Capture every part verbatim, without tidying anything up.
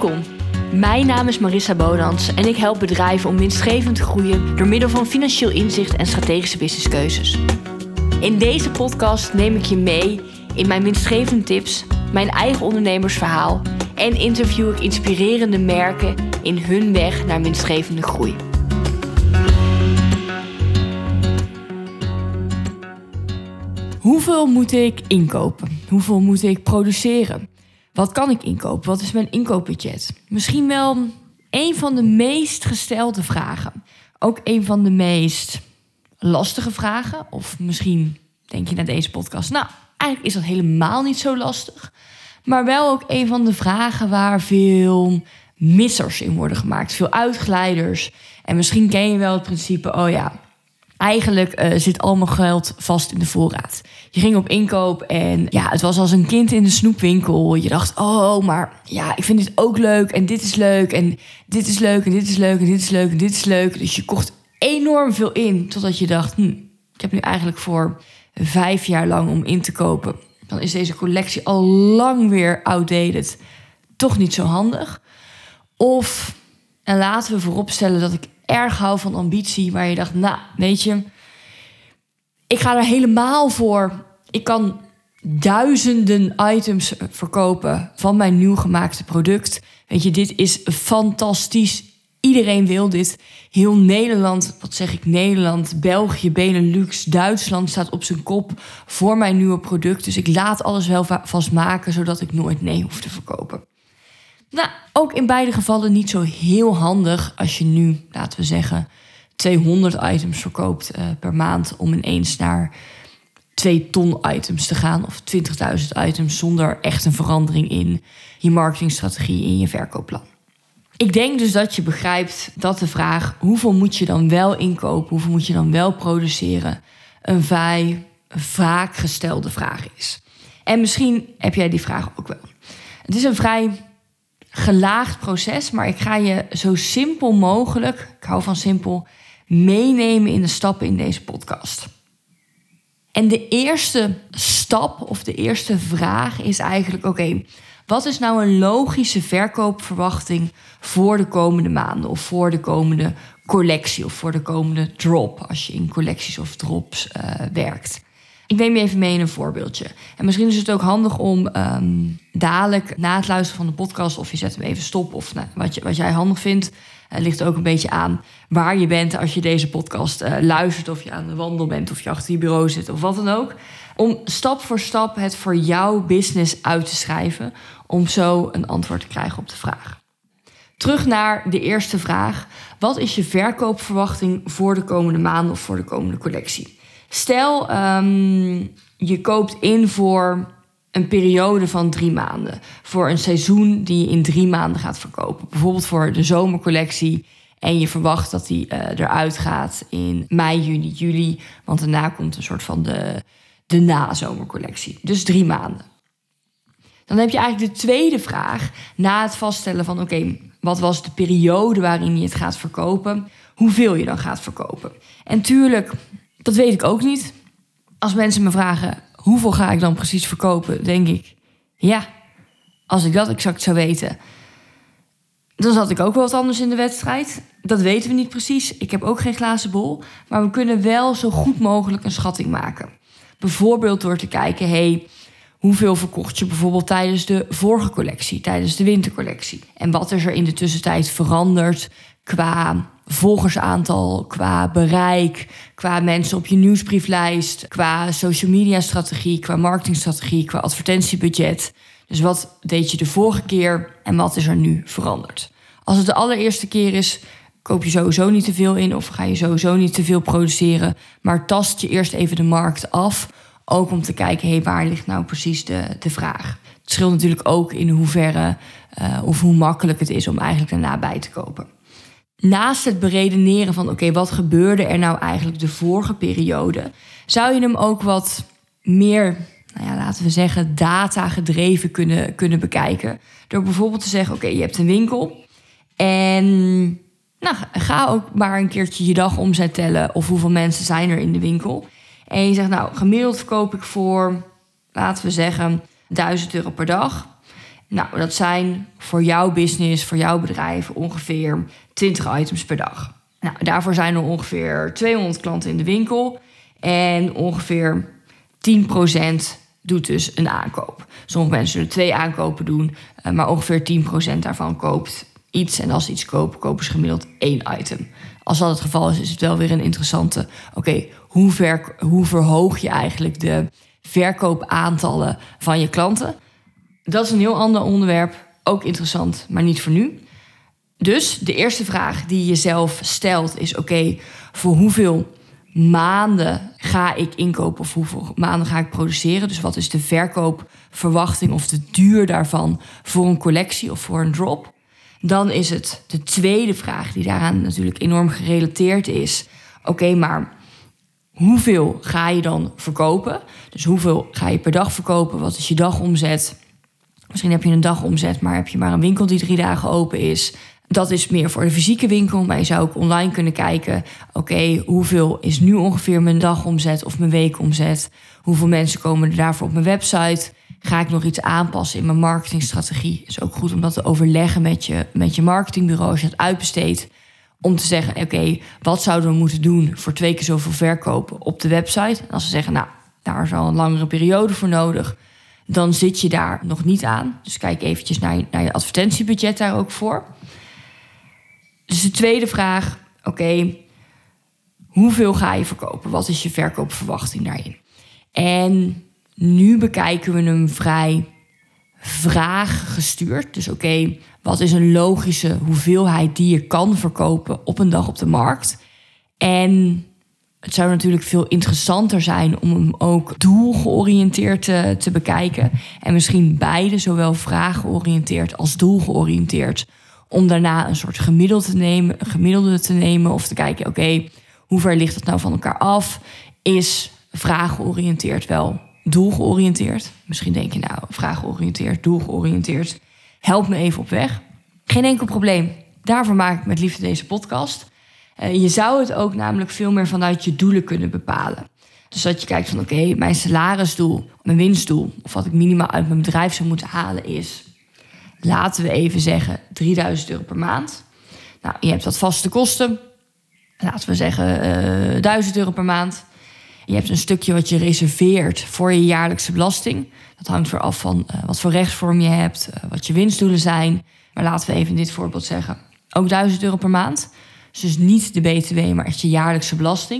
Welkom. Mijn naam is Marissa Bonans en ik help bedrijven om winstgevend te groeien door middel van financieel inzicht en strategische businesskeuzes. In deze podcast neem ik je mee in mijn winstgevende tips, mijn eigen ondernemersverhaal en interview ik inspirerende merken in hun weg naar winstgevende groei. Hoeveel moet ik inkopen? Hoeveel moet ik produceren? Wat kan ik inkopen? Wat is mijn inkoopbudget? Misschien wel een van de meest gestelde vragen. Ook een van de meest lastige vragen. Of misschien denk je naar deze podcast, nou, eigenlijk is dat helemaal niet zo lastig. Maar wel ook een van de vragen waar veel missers in worden gemaakt. Veel uitglijders. En misschien ken je wel het principe, oh ja, eigenlijk uh, zit al mijn geld vast in de voorraad. Je ging op inkoop en ja, het was als een kind in de snoepwinkel. Je dacht, oh, maar ja, ik vind dit ook leuk en dit is leuk en dit is leuk en dit is leuk en dit is leuk en dit is leuk. Dus je kocht enorm veel in, totdat je dacht, hm, ik heb nu eigenlijk voor vijf jaar lang om in te kopen. Dan is deze collectie al lang weer outdated. Toch niet zo handig. Of, en laten we vooropstellen dat ik erg hou van ambitie, waar je dacht, nou, weet je, ik ga er helemaal voor. Ik kan duizenden items verkopen van mijn nieuw gemaakte product. Weet je, dit is fantastisch. Iedereen wil dit. Heel Nederland, wat zeg ik, Nederland, België, Benelux, Duitsland staat op zijn kop voor mijn nieuwe product. Dus ik laat alles wel vast maken, zodat ik nooit nee hoef te verkopen. Nou, ook in beide gevallen niet zo heel handig als je nu, laten we zeggen, tweehonderd items verkoopt uh, per maand om ineens naar twee ton items te gaan of twintigduizend items zonder echt een verandering in je marketingstrategie, in je verkoopplan. Ik denk dus dat je begrijpt dat de vraag hoeveel moet je dan wel inkopen, hoeveel moet je dan wel produceren, een vrij vaak gestelde vraag is. En misschien heb jij die vraag ook wel. Het is een vrij gelaagd proces, maar ik ga je zo simpel mogelijk, ik hou van simpel, meenemen in de stappen in deze podcast. En de eerste stap of de eerste vraag is eigenlijk, oké, okay, wat is nou een logische verkoopverwachting voor de komende maanden of voor de komende collectie of voor de komende drop, als je in collecties of drops uh, werkt? Ik neem je even mee in een voorbeeldje. En misschien is het ook handig om um, dadelijk na het luisteren van de podcast, of je zet hem even stop, of nou, wat, je, wat jij handig vindt, uh, ligt ook een beetje aan waar je bent als je deze podcast uh, luistert, of je aan de wandel bent, of je achter je bureau zit, of wat dan ook. Om stap voor stap het voor jouw business uit te schrijven, om zo een antwoord te krijgen op de vraag. Terug naar de eerste vraag. Wat is je verkoopverwachting voor de komende maanden of voor de komende collectie? Stel, um, je koopt in voor een periode van drie maanden. Voor een seizoen die je in drie maanden gaat verkopen. Bijvoorbeeld voor de zomercollectie. En je verwacht dat die uh, eruit gaat in mei, juni, juli. Want daarna komt een soort van de, de nazomercollectie. Dus drie maanden. Dan heb je eigenlijk de tweede vraag. Na het vaststellen van, oké, okay, wat was de periode waarin je het gaat verkopen? Hoeveel je dan gaat verkopen? En tuurlijk, dat weet ik ook niet. Als mensen me vragen, hoeveel ga ik dan precies verkopen? Denk ik, ja, als ik dat exact zou weten, dan zat ik ook wel wat anders in de wedstrijd. Dat weten we niet precies. Ik heb ook geen glazen bol. Maar we kunnen wel zo goed mogelijk een schatting maken. Bijvoorbeeld door te kijken, hey, hoeveel verkocht je bijvoorbeeld tijdens de vorige collectie, tijdens de wintercollectie? En wat is er in de tussentijd veranderd qua volgersaantal, qua bereik, qua mensen op je nieuwsbrieflijst, qua social media strategie, qua marketingstrategie, qua advertentiebudget. Dus wat deed je de vorige keer en wat is er nu veranderd? Als het de allereerste keer is, koop je sowieso niet te veel in of ga je sowieso niet te veel produceren, maar tast je eerst even de markt af, ook om te kijken, hey, waar ligt nou precies de, de vraag? Het scheelt natuurlijk ook in hoeverre uh, of hoe makkelijk het is om eigenlijk daarna bij te kopen. Naast het beredeneren van, oké, okay, wat gebeurde er nou eigenlijk de vorige periode, zou je hem ook wat meer, nou ja, laten we zeggen, data gedreven kunnen, kunnen bekijken. Door bijvoorbeeld te zeggen, oké, okay, je hebt een winkel en nou, ga ook maar een keertje je dagomzet tellen of hoeveel mensen zijn er in de winkel. En je zegt, nou, gemiddeld verkoop ik voor, laten we zeggen, duizend euro per dag. Nou, dat zijn voor jouw business, voor jouw bedrijf ongeveer twintig items per dag. Nou, daarvoor zijn er ongeveer tweehonderd klanten in de winkel. En ongeveer tien procent doet dus een aankoop. Sommige mensen zullen twee aankopen doen, maar ongeveer tien procent daarvan koopt iets. En als ze iets kopen, kopen ze gemiddeld één item. Als dat het geval is, is het wel weer een interessante... Oké, okay, hoe, ver, hoe verhoog je eigenlijk de verkoopaantallen van je klanten? Dat is een heel ander onderwerp. Ook interessant, maar niet voor nu. Dus de eerste vraag die je jezelf stelt is... oké, okay, voor hoeveel maanden ga ik inkopen of hoeveel maanden ga ik produceren? Dus wat is de verkoopverwachting of de duur daarvan voor een collectie of voor een drop? Dan is het de tweede vraag die daaraan natuurlijk enorm gerelateerd is. Oké, okay, maar hoeveel ga je dan verkopen? Dus hoeveel ga je per dag verkopen? Wat is je dagomzet? Misschien heb je een dagomzet, maar heb je maar een winkel die drie dagen open is. Dat is meer voor de fysieke winkel, maar je zou ook online kunnen kijken. Oké, okay, hoeveel is nu ongeveer mijn dagomzet of mijn weekomzet? Hoeveel mensen komen er daarvoor op mijn website? Ga ik nog iets aanpassen in mijn marketingstrategie? Het is ook goed om dat te overleggen met je, met je marketingbureau als je het uitbesteedt. Om te zeggen, oké, okay, wat zouden we moeten doen voor twee keer zoveel verkopen op de website? En als ze zeggen, nou, daar is al een langere periode voor nodig, dan zit je daar nog niet aan. Dus kijk eventjes naar je, naar je advertentiebudget daar ook voor. Dus de tweede vraag, oké, okay, hoeveel ga je verkopen? Wat is je verkoopverwachting daarin? En nu bekijken we hem vrij vraaggestuurd. Dus oké, okay, wat is een logische hoeveelheid die je kan verkopen op een dag op de markt? En het zou natuurlijk veel interessanter zijn om hem ook doelgeoriënteerd te, te bekijken. En misschien beide, zowel vraaggeoriënteerd als doelgeoriënteerd. Om daarna een soort gemiddelde te nemen, een gemiddelde te nemen of te kijken, oké, okay, hoe ver ligt het nou van elkaar af? Is vraaggeoriënteerd wel doelgeoriënteerd? Misschien denk je nou, vraaggeoriënteerd, doelgeoriënteerd. Help me even op weg. Geen enkel probleem. Daarvoor maak ik met liefde deze podcast. Uh, je zou het ook namelijk veel meer vanuit je doelen kunnen bepalen. Dus dat je kijkt van oké, okay, mijn salarisdoel, mijn winstdoel, of wat ik minimaal uit mijn bedrijf zou moeten halen is, laten we even zeggen, drieduizend euro per maand. Nou, je hebt wat vaste kosten. Laten we zeggen uh, duizend euro per maand. Je hebt een stukje wat je reserveert voor je jaarlijkse belasting. Dat hangt weer af van uh, wat voor rechtsvorm je hebt, uh, wat je winstdoelen zijn. Maar laten we even in dit voorbeeld zeggen, ook duizend euro per maand. Dus niet de B T W, maar echt je jaarlijkse belasting.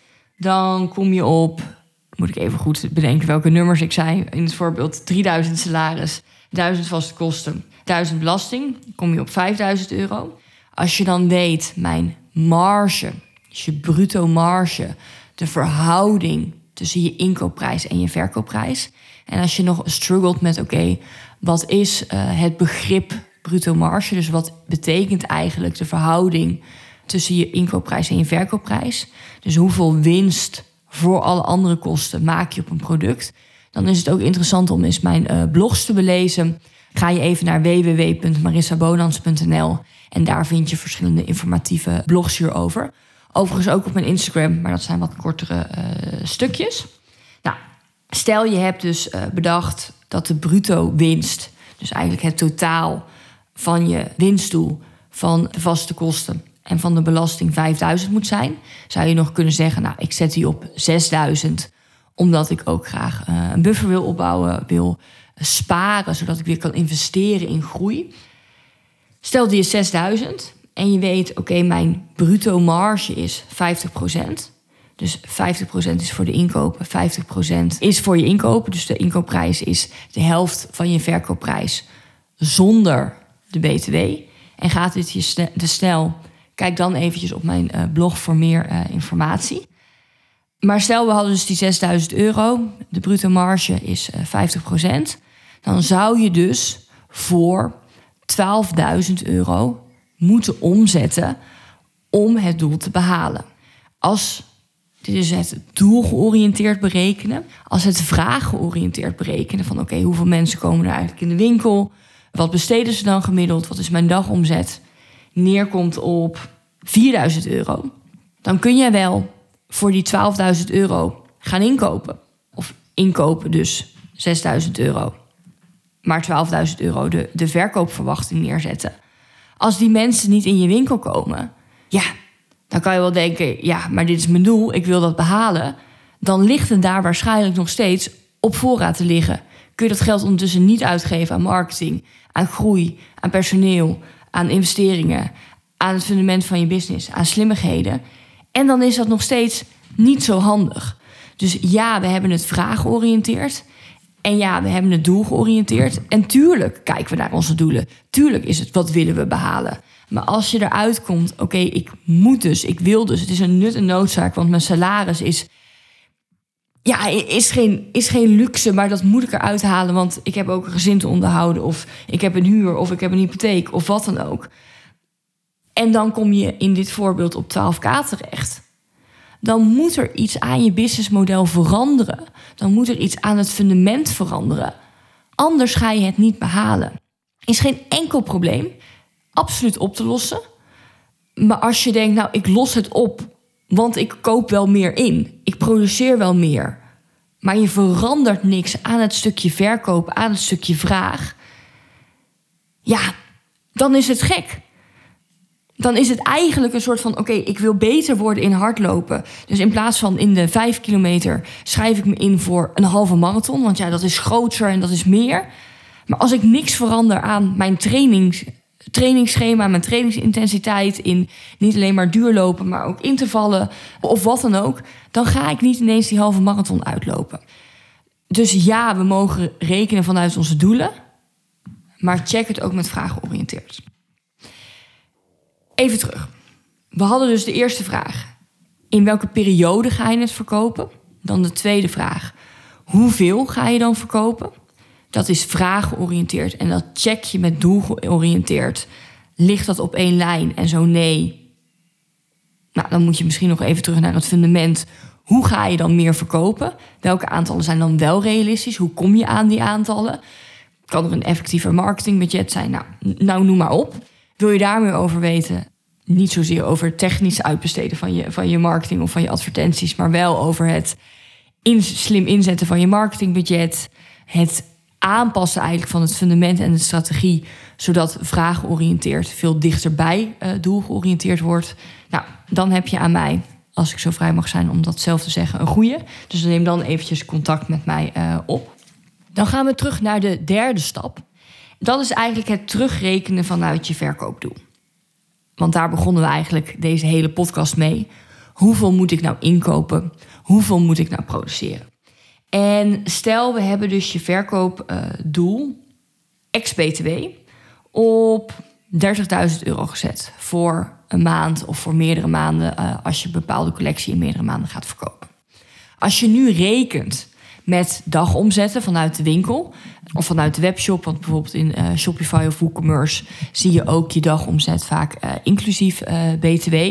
Dan kom je op, moet ik even goed bedenken welke nummers ik zei. In het voorbeeld drieduizend salaris, duizend vaste kosten, duizend belasting. Dan kom je op vijfduizend euro. Als je dan weet, mijn marge, dus je bruto marge, de verhouding tussen je inkoopprijs en je verkoopprijs. En als je nog struggelt met, oké, okay, wat is uh, het begrip bruto marge? Dus wat betekent eigenlijk de verhouding tussen je inkoopprijs en je verkoopprijs? Dus hoeveel winst voor alle andere kosten maak je op een product? Dan is het ook interessant om eens mijn uh, blogs te belezen. Ga je even naar w w w punt marissa bonans punt n l en daar vind je verschillende informatieve blogs hierover. Overigens ook op mijn Instagram, maar dat zijn wat kortere uh, stukjes. Nou, stel je hebt dus uh, bedacht dat de bruto winst, dus eigenlijk het totaal van je winstdoel, van de vaste kosten en van de belasting vijfduizend moet zijn, zou je nog kunnen zeggen, nou, ik zet die op zesduizend, omdat ik ook graag uh, een buffer wil opbouwen, wil sparen, zodat ik weer kan investeren in groei. Stel die is zesduizend en je weet, oké, okay, mijn bruto marge is vijftig procent. Dus vijftig procent is voor de inkopen, vijftig procent is voor je inkopen. Dus de inkoopprijs is de helft van je verkoopprijs zonder de B T W. En gaat dit je te snel, kijk dan eventjes op mijn uh, blog voor meer uh, informatie. Maar stel, we hadden dus die zesduizend euro. De bruto marge is uh, vijftig procent. Dan zou je dus voor twaalfduizend euro moeten omzetten om het doel te behalen. Als, dit is het doelgeoriënteerd berekenen. Als het vraaggeoriënteerd berekenen van oké, okay, hoeveel mensen komen er eigenlijk in de winkel? Wat besteden ze dan gemiddeld? Wat is mijn dagomzet? Neerkomt op vierduizend euro. Dan kun je wel voor die twaalfduizend euro gaan inkopen. Of inkopen dus zesduizend euro. maar twaalfduizend euro de, de verkoopverwachting neerzetten. Als die mensen niet in je winkel komen, ja, dan kan je wel denken, ja, maar dit is mijn doel, ik wil dat behalen. Dan ligt het daar waarschijnlijk nog steeds op voorraad te liggen. Kun je dat geld ondertussen niet uitgeven aan marketing, aan groei, aan personeel, aan investeringen, aan het fundament van je business, aan slimmigheden. En dan is dat nog steeds niet zo handig. Dus ja, we hebben het vraaggeoriënteerd. En ja, we hebben het doel georiënteerd. En tuurlijk kijken we naar onze doelen. Tuurlijk is het, wat willen we behalen? Maar als je eruit komt, oké, okay, ik moet dus, ik wil dus. Het is een nut en noodzaak, want mijn salaris is... Ja, is geen, is geen luxe, maar dat moet ik eruit halen. Want ik heb ook een gezin te onderhouden. Of ik heb een huur, of ik heb een hypotheek, of wat dan ook. En dan kom je in dit voorbeeld op twaalf k terecht. Dan moet er iets aan je businessmodel veranderen. Dan moet er iets aan het fundament veranderen. Anders ga je het niet behalen. Is geen enkel probleem. Absoluut op te lossen. Maar als je denkt, nou, ik los het op, want ik koop wel meer in. Ik produceer wel meer. Maar je verandert niks aan het stukje verkoop, aan het stukje vraag. Ja, dan is het gek. Dan is het eigenlijk een soort van, oké, okay, ik wil beter worden in hardlopen. Dus in plaats van in de vijf kilometer schrijf ik me in voor een halve marathon. Want ja, dat is groter en dat is meer. Maar als ik niks verander aan mijn trainings, trainingsschema, mijn trainingsintensiteit, in niet alleen maar duurlopen, maar ook intervallen of wat dan ook, dan ga ik niet ineens die halve marathon uitlopen. Dus ja, we mogen rekenen vanuit onze doelen, maar check het ook met vragen georiënteerd. Even terug. We hadden dus de eerste vraag. In welke periode ga je het verkopen? Dan de tweede vraag. Hoeveel ga je dan verkopen? Dat is vraaggeoriënteerd en dat check je met doelgeoriënteerd. Ligt dat op één lijn? En zo nee. Nou, dan moet je misschien nog even terug naar het fundament. Hoe ga je dan meer verkopen? Welke aantallen zijn dan wel realistisch? Hoe kom je aan die aantallen? Kan er een effectiever marketingbudget zijn? Nou, nou noem maar op. Wil je daar meer over weten? Niet zozeer over het technisch uitbesteden van je, van je marketing of van je advertenties, maar wel over het in, slim inzetten van je marketingbudget. Het aanpassen eigenlijk van het fundament en de strategie, zodat vraaggeoriënteerd veel dichterbij uh, doelgeoriënteerd wordt. Nou, dan heb je aan mij, als ik zo vrij mag zijn om dat zelf te zeggen, een goeie. Dus neem dan eventjes contact met mij uh, op. Dan gaan we terug naar de derde stap. Dat is eigenlijk het terugrekenen vanuit je verkoopdoel. Want daar begonnen we eigenlijk deze hele podcast mee. Hoeveel moet ik nou inkopen? Hoeveel moet ik nou produceren? En stel, we hebben dus je verkoopdoel, uh, ex-B T W, op dertigduizend euro gezet. Voor een maand of voor meerdere maanden, uh, als je een bepaalde collectie in meerdere maanden gaat verkopen. Als je nu rekent met dagomzetten vanuit de winkel of vanuit de webshop, want bijvoorbeeld in uh, Shopify of WooCommerce zie je ook je dagomzet vaak uh, inclusief uh, B T W.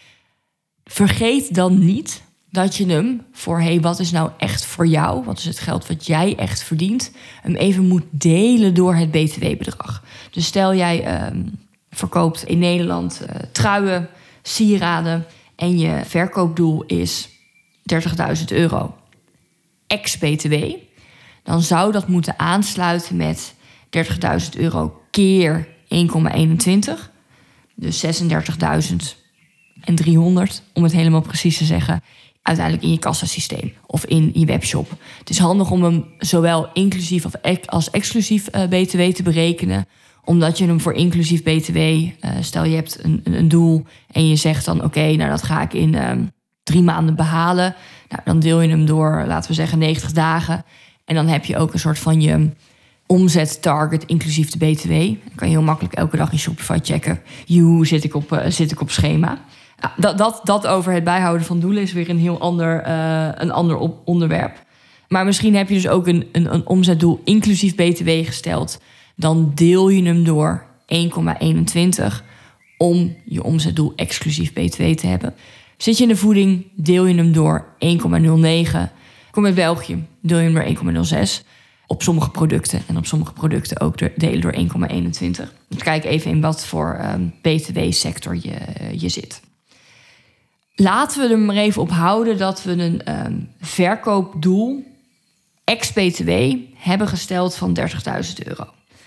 Vergeet dan niet dat je hem voor, hey, wat is nou echt voor jou? Wat is het geld wat jij echt verdient? Hem even moet delen door het B T W-bedrag. Dus stel jij uh, verkoopt in Nederland uh, truien, sieraden en je verkoopdoel is dertigduizend euro. Ex-B T W, dan zou dat moeten aansluiten met dertigduizend euro keer één komma eenentwintig. Dus zesendertigduizend driehonderd, om het helemaal precies te zeggen, uiteindelijk in je kassasysteem of in je webshop. Het is handig om hem zowel inclusief als exclusief uh, B T W te berekenen, omdat je hem voor inclusief B T W, uh, stel je hebt een, een doel en je zegt dan, oké, okay, nou dat ga ik in uh, drie maanden behalen. Nou, dan deel je hem door, laten we zeggen, negentig dagen. En dan heb je ook een soort van je omzettarget inclusief de B T W. Dan kan je heel makkelijk elke dag in Shopify checken. Joe, zit ik op, uh, zit ik op schema? Nou, dat, dat, dat over het bijhouden van doelen is weer een heel ander, uh, een ander op- onderwerp. Maar misschien heb je dus ook een, een, een omzetdoel inclusief B T W gesteld. Dan deel je hem door één komma eenentwintig om je omzetdoel exclusief B T W te hebben. Zit je in de voeding, deel je hem door één komma nul negen. Kom uit België, deel je hem door één komma nul zes. Op sommige producten en op sommige producten ook delen door één komma eenentwintig. Dus kijk even in wat voor um, B T W-sector je, je zit. Laten we er maar even op houden dat we een um, verkoopdoel ex-B T W hebben gesteld van dertigduizend euro.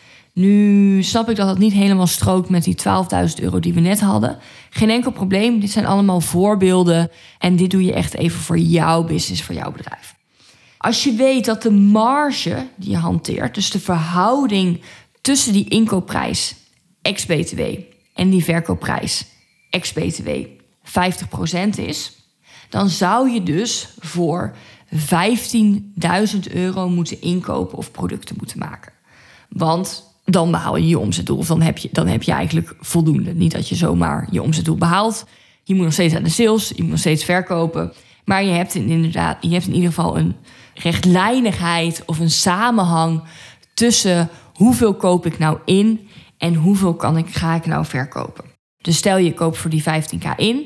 Nu snap ik dat dat niet helemaal strookt met die twaalfduizend euro die we net hadden. Geen enkel probleem, dit zijn allemaal voorbeelden en dit doe je echt even voor jouw business, voor jouw bedrijf. Als je weet dat de marge die je hanteert, dus de verhouding tussen die inkoopprijs ex-B T W en die verkoopprijs ex-B T W vijftig procent is, dan zou je dus voor vijftienduizend euro moeten inkopen of producten moeten maken. Want dan behaal je je omzetdoel. Of dan heb je, dan heb je eigenlijk voldoende. Niet dat je zomaar je omzetdoel behaalt. Je moet nog steeds aan de sales, je moet nog steeds verkopen. Maar je hebt in, inderdaad, je hebt in ieder geval een rechtlijnigheid of een samenhang tussen hoeveel koop ik nou in en hoeveel kan ik, ga ik nou verkopen. Dus stel je koopt voor die vijftienduizend in.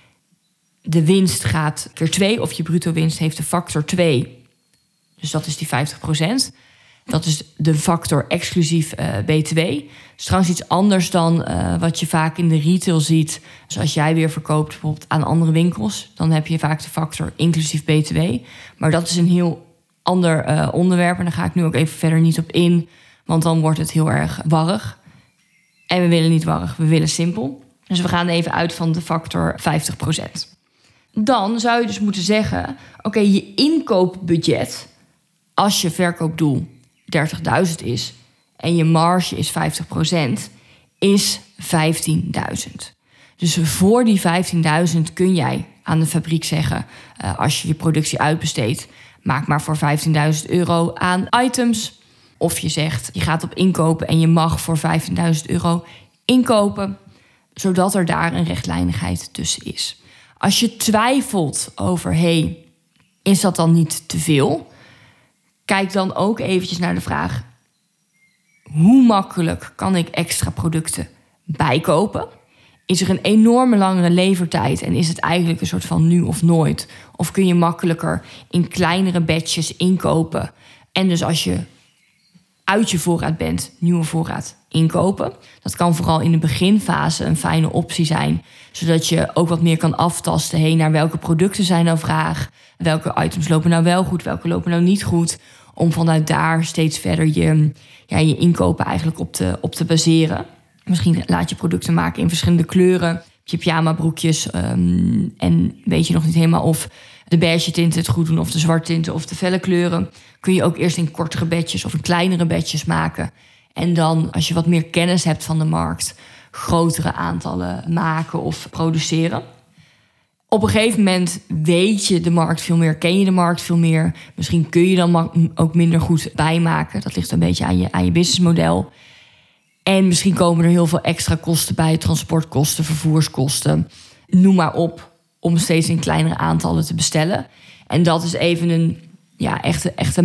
De winst gaat keer twee of je bruto winst heeft de factor twee. Dus dat is die vijftig procent. Dat is de factor exclusief uh, B T W. Dat is trouwens iets anders dan uh, wat je vaak in de retail ziet. Dus als jij weer verkoopt bijvoorbeeld aan andere winkels, dan heb je vaak de factor inclusief B T W. Maar dat is een heel ander uh, onderwerp en daar ga ik nu ook even verder niet op in. Want dan wordt het heel erg warrig. En we willen niet warrig, we willen simpel. Dus we gaan even uit van de factor vijftig procent. Dan zou je dus moeten zeggen, oké, okay, je inkoopbudget, als je verkoopdoel dertigduizend is en je marge is vijftig procent, is vijftienduizend. Dus voor die vijftienduizend kun jij aan de fabriek zeggen, uh, als je je productie uitbesteedt, maak maar voor vijftienduizend euro aan items. Of je zegt, je gaat op inkopen en je mag voor vijftienduizend euro inkopen, zodat er daar een rechtlijnigheid tussen is. Als je twijfelt over, hey, is dat dan niet te veel? Kijk dan ook eventjes naar de vraag, hoe makkelijk kan ik extra producten bijkopen? Is er een enorme langere levertijd en is het eigenlijk een soort van nu of nooit? Of kun je makkelijker in kleinere batches inkopen? En dus als je uit je voorraad bent, nieuwe voorraad inkopen. Dat kan vooral in de beginfase een fijne optie zijn, zodat je ook wat meer kan aftasten heen naar welke producten zijn nou vraag, welke items lopen nou wel goed, welke lopen nou niet goed, om vanuit daar steeds verder je, ja, je inkopen eigenlijk op te, op te baseren. Misschien laat je producten maken in verschillende kleuren, heb je pyjama broekjes um, en weet je nog niet helemaal of de beige tinten het goed doen of de zwarte tinten of de felle kleuren. Kun je ook eerst in kortere batches of in kleinere batches maken. En dan, als je wat meer kennis hebt van de markt, grotere aantallen maken of produceren. Op een gegeven moment weet je de markt veel meer, ken je de markt veel meer. Misschien kun je dan ook minder goed bijmaken. Dat ligt een beetje aan je, aan je businessmodel. En misschien komen er heel veel extra kosten bij, transportkosten, vervoerskosten, noem maar op, om steeds in kleinere aantallen te bestellen. En dat is even een ja, echte, echte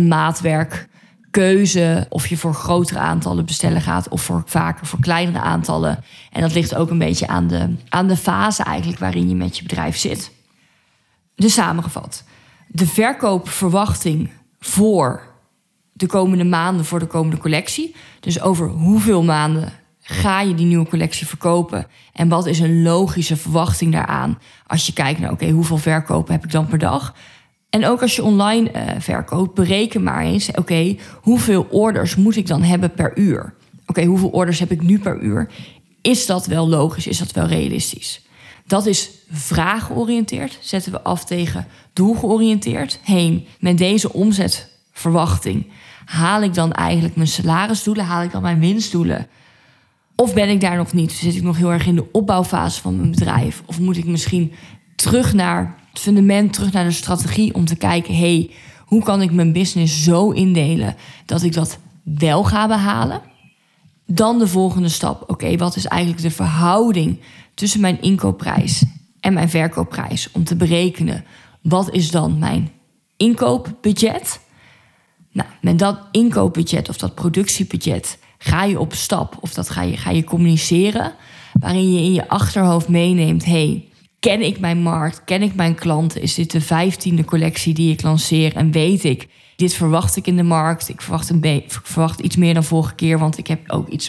maatwerkkeuze of je voor grotere aantallen bestellen gaat of voor vaker voor kleinere aantallen. En dat ligt ook een beetje aan de, aan de fase eigenlijk waarin je met je bedrijf zit. Dus samengevat, de verkoopverwachting voor de komende maanden, voor de komende collectie. Dus over hoeveel maanden ga je die nieuwe collectie verkopen? En wat is een logische verwachting daaraan? Als je kijkt naar, oké, okay, hoeveel verkopen heb ik dan per dag? En ook als je online uh, verkoopt, bereken maar eens, oké, okay, hoeveel orders moet ik dan hebben per uur? Oké, okay, hoeveel orders heb ik nu per uur? Is dat wel logisch? Is dat wel realistisch? Dat is vraaggeoriënteerd. Zetten we af tegen doelgeoriënteerd. Heen, met deze omzetverwachting haal ik dan eigenlijk mijn salarisdoelen? Haal ik dan mijn winstdoelen? Of ben ik daar nog niet? Zit ik nog heel erg in de opbouwfase van mijn bedrijf? Of moet ik misschien terug naar het fundament, terug naar de strategie om te kijken, hey, hoe kan ik mijn business zo indelen dat ik dat wel ga behalen? Dan de volgende stap. Oké, okay, wat is eigenlijk de verhouding tussen mijn inkoopprijs en mijn verkoopprijs? Om te berekenen, wat is dan mijn inkoopbudget? Nou, met dat inkoopbudget of dat productiebudget ga je op stap of dat ga je, ga je communiceren, waarin je in je achterhoofd meeneemt, hey, ken ik mijn markt, ken ik mijn klanten? Is dit de vijftiende collectie die ik lanceer? En weet ik, dit verwacht ik in de markt. Ik verwacht, een be- ik verwacht iets meer dan vorige keer, want ik heb ook iets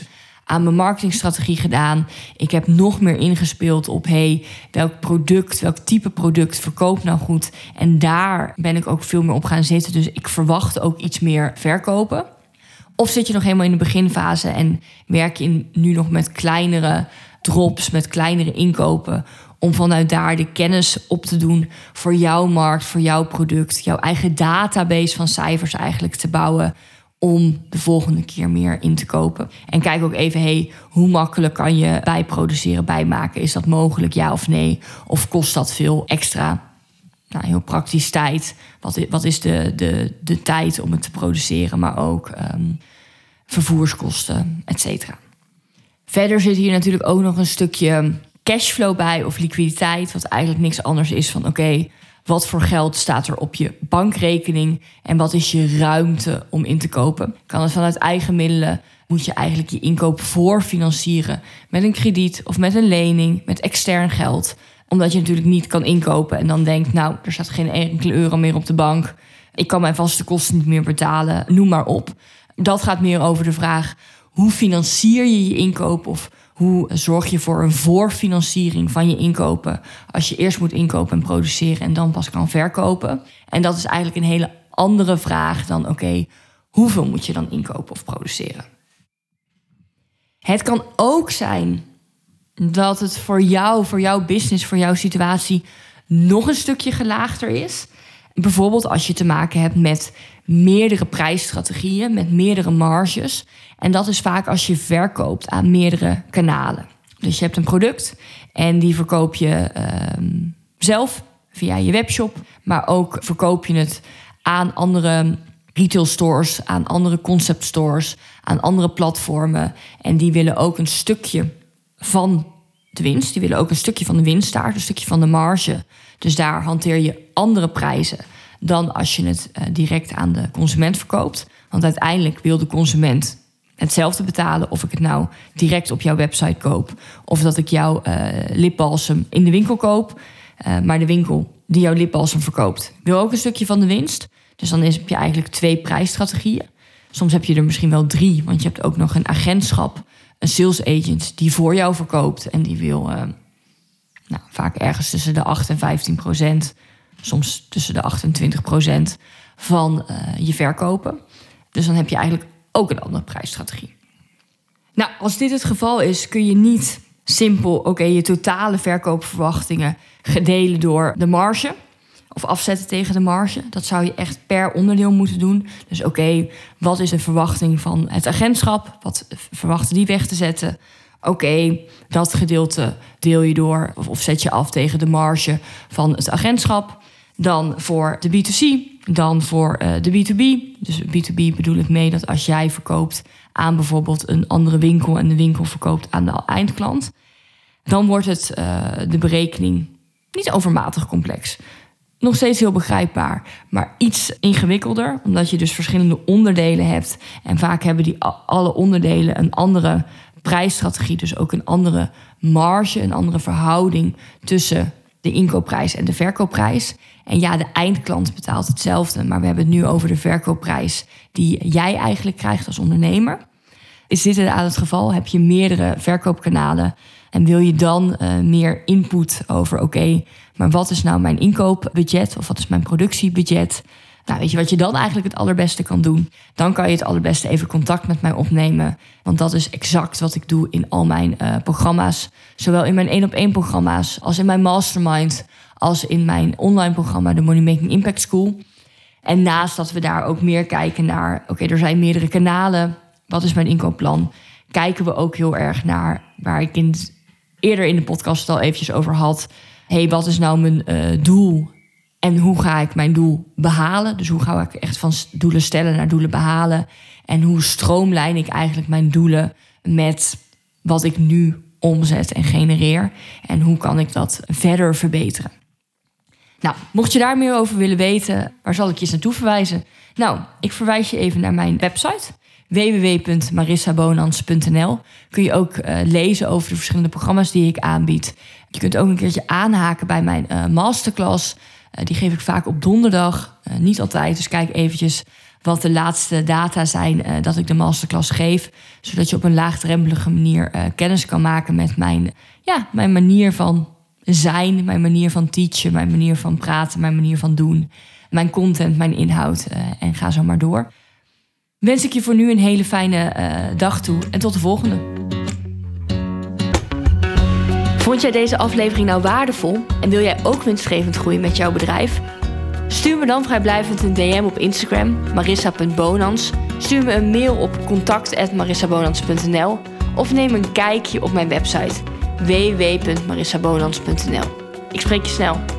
aan mijn marketingstrategie gedaan. Ik heb nog meer ingespeeld op hey, welk product, welk type product verkoopt nou goed. En daar ben ik ook veel meer op gaan zitten. Dus ik verwacht ook iets meer verkopen. Of zit je nog helemaal in de beginfase en werk je nu nog met kleinere drops, met kleinere inkopen, om vanuit daar de kennis op te doen voor jouw markt, voor jouw product, jouw eigen database van cijfers eigenlijk te bouwen om de volgende keer meer in te kopen. En kijk ook even, hey, hoe makkelijk kan je bijproduceren, bijmaken? Is dat mogelijk, ja of nee? Of kost dat veel extra? Nou, heel praktisch tijd. Wat is, wat is de, de, de tijd om het te produceren, maar ook um, vervoerskosten, et cetera. Verder zit hier natuurlijk ook nog een stukje cashflow bij of liquiditeit, wat eigenlijk niks anders is van oké, okay, wat voor geld staat er op je bankrekening en wat is je ruimte om in te kopen? Kan het vanuit eigen middelen? Moet je eigenlijk je inkoop voorfinancieren met een krediet of met een lening, met extern geld? Omdat je natuurlijk niet kan inkopen en dan denkt, nou, er staat geen enkele euro meer op de bank. Ik kan mijn vaste kosten niet meer betalen, noem maar op. Dat gaat meer over de vraag, hoe financier je je inkoop of hoe zorg je voor een voorfinanciering van je inkopen als je eerst moet inkopen en produceren en dan pas kan verkopen? En dat is eigenlijk een hele andere vraag dan, oké, okay, hoeveel moet je dan inkopen of produceren? Het kan ook zijn dat het voor jou, voor jouw business, voor jouw situatie nog een stukje gelaagder is. Bijvoorbeeld als je te maken hebt met meerdere prijsstrategieën, met meerdere marges. En dat is vaak als je verkoopt aan meerdere kanalen. Dus je hebt een product en die verkoop je uh, zelf via je webshop. Maar ook verkoop je het aan andere retail stores, aan andere concept stores, aan andere platformen. En die willen ook een stukje van de winst. Die willen ook een stukje van de winsttaart, een stukje van de marge. Dus daar hanteer je andere prijzen dan als je het uh, direct aan de consument verkoopt. Want uiteindelijk wil de consument hetzelfde betalen of ik het nou direct op jouw website koop of dat ik jouw uh, lipbalsem in de winkel koop. Uh, maar de winkel die jouw lipbalsem verkoopt wil ook een stukje van de winst. Dus dan heb je eigenlijk twee prijsstrategieën. Soms heb je er misschien wel drie, want je hebt ook nog een agentschap, een sales agent die voor jou verkoopt en die wil uh, nou, vaak ergens tussen de acht en vijftien procent, soms tussen de acht en twintig procent van uh, je verkopen. Dus dan heb je eigenlijk ook een andere prijsstrategie. Nou, als dit het geval is, kun je niet simpel oké, okay, je totale verkoopverwachtingen gedelen door de marge of afzetten tegen de marge. Dat zou je echt per onderdeel moeten doen. Dus oké, okay, wat is de verwachting van het agentschap? Wat verwachten die weg te zetten? Oké, okay, dat gedeelte deel je door of, of zet je af tegen de marge van het agentschap. Dan voor de B twee C, dan voor uh, de B twee B. Dus B twee B bedoel ik mee dat als jij verkoopt aan bijvoorbeeld een andere winkel en de winkel verkoopt aan de eindklant, dan wordt het uh, de berekening niet overmatig complex. Nog steeds heel begrijpbaar, maar iets ingewikkelder, omdat je dus verschillende onderdelen hebt. En vaak hebben die alle onderdelen een andere prijsstrategie, dus ook een andere marge, een andere verhouding tussen de inkoopprijs en de verkoopprijs. En ja, de eindklant betaalt hetzelfde, maar we hebben het nu over de verkoopprijs die jij eigenlijk krijgt als ondernemer. Is dit aan het geval? Heb je meerdere verkoopkanalen en wil je dan uh, meer input over oké, okay, maar wat is nou mijn inkoopbudget of wat is mijn productiebudget? Nou, weet je wat je dan eigenlijk het allerbeste kan doen? Dan kan je het allerbeste even contact met mij opnemen. Want dat is exact wat ik doe in al mijn uh, programma's. Zowel in mijn één op één programma's als in mijn mastermind, als in mijn online programma, de Money Making Impact School. En naast dat we daar ook meer kijken naar, oké, okay, er zijn meerdere kanalen. Wat is mijn inkoopplan? Kijken we ook heel erg naar, waar ik in, eerder in de podcast al eventjes over had. Hey, wat is nou mijn uh, doel? En hoe ga ik mijn doel behalen? Dus hoe ga ik echt van doelen stellen naar doelen behalen? En hoe stroomlijn ik eigenlijk mijn doelen met wat ik nu omzet en genereer? En hoe kan ik dat verder verbeteren? Nou, mocht je daar meer over willen weten, waar zal ik je eens naartoe verwijzen? Nou, ik verwijs je even naar mijn website w w w punt marissa bonans punt n l. Kun je ook uh, lezen over de verschillende programma's die ik aanbied. Je kunt ook een keertje aanhaken bij mijn uh, masterclass. Uh, die geef ik vaak op donderdag, uh, niet altijd. Dus kijk eventjes wat de laatste data zijn uh, dat ik de masterclass geef. Zodat je op een laagdrempelige manier uh, kennis kan maken met mijn, ja, mijn manier van zijn, mijn manier van teachen, mijn manier van praten, mijn manier van doen, mijn content, mijn inhoud uh, en ga zo maar door. Wens ik je voor nu een hele fijne uh, dag toe en tot de volgende. Vond jij deze aflevering nou waardevol en wil jij ook winstgevend groeien met jouw bedrijf? Stuur me dan vrijblijvend een D M op Instagram, marissa punt bonans. Stuur me een mail op contact at marissabonans punt n l of neem een kijkje op mijn website w w w punt marissabonans punt n l. Ik spreek je snel.